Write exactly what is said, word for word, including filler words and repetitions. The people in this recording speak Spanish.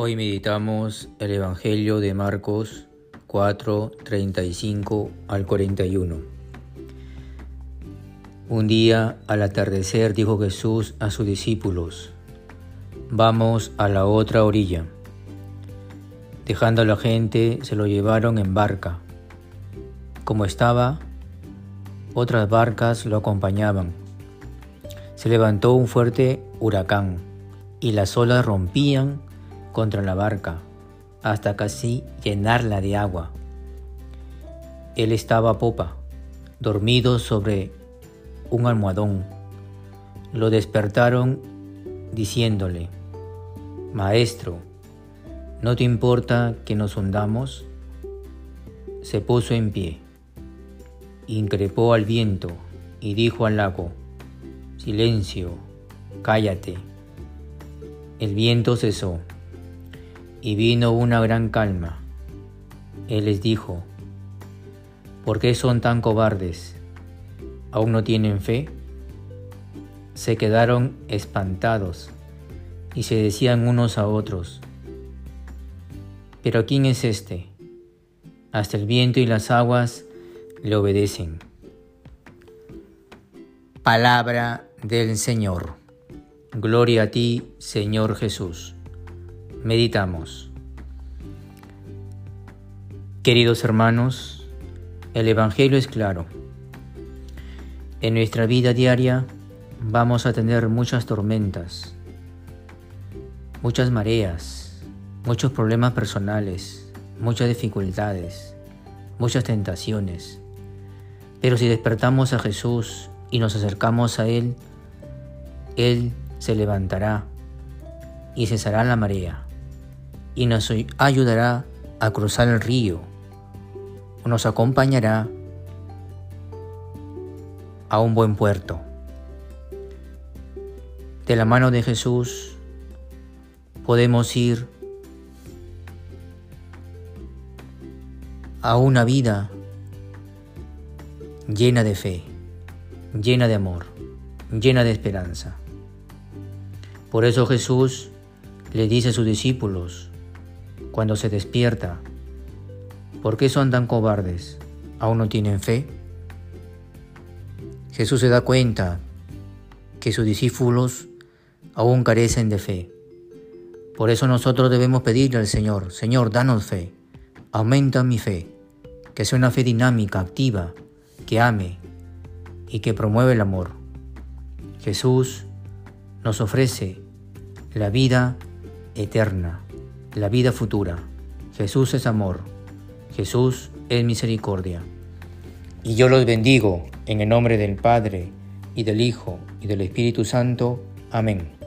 Hoy meditamos el Evangelio de Marcos cuatro, treinta y cinco al cuarenta y uno. Un día, al atardecer, dijo Jesús a sus discípulos: «Vamos a la otra orilla». Dejando a la gente, se lo llevaron en barca. Como estaba, otras barcas lo acompañaban. Se levantó un fuerte huracán y las olas rompían contra la barca hasta casi llenarla de agua. Él estaba a popa, dormido sobre un almohadón. Lo despertaron diciéndole: «Maestro, ¿no te importa que nos hundamos?». Se puso en pie, increpó al viento y dijo al lago: «Silencio, cállate». El viento cesó y vino una gran calma. Él les dijo: «¿Por qué son tan cobardes? ¿Aún no tienen fe?». Se quedaron espantados y se decían unos a otros: «¿Pero quién es este? Hasta el viento y las aguas le obedecen». Palabra del Señor. Gloria a ti, Señor Jesús. Meditamos. Queridos hermanos, el Evangelio es claro. En nuestra vida diaria vamos a tener muchas tormentas, muchas mareas, muchos problemas personales, muchas dificultades, muchas tentaciones. Pero si despertamos a Jesús y nos acercamos a Él, Él se levantará y cesará la marea y nos ayudará a cruzar el río, nos acompañará a un buen puerto. De la mano de Jesús podemos ir a una vida llena de fe, llena de amor, llena de esperanza. Por eso Jesús le dice a sus discípulos cuando se despierta: ¿por qué son tan cobardes? ¿Aún no tienen fe? Jesús se da cuenta que sus discípulos aún carecen de fe. Por eso nosotros debemos pedirle al Señor: Señor, danos fe, aumenta mi fe, que sea una fe dinámica, activa, que ame y que promueve el amor. Jesús nos ofrece la vida eterna, la vida futura. Jesús es amor, Jesús es misericordia. Y yo los bendigo en el nombre del Padre, y del Hijo, y del Espíritu Santo. Amén.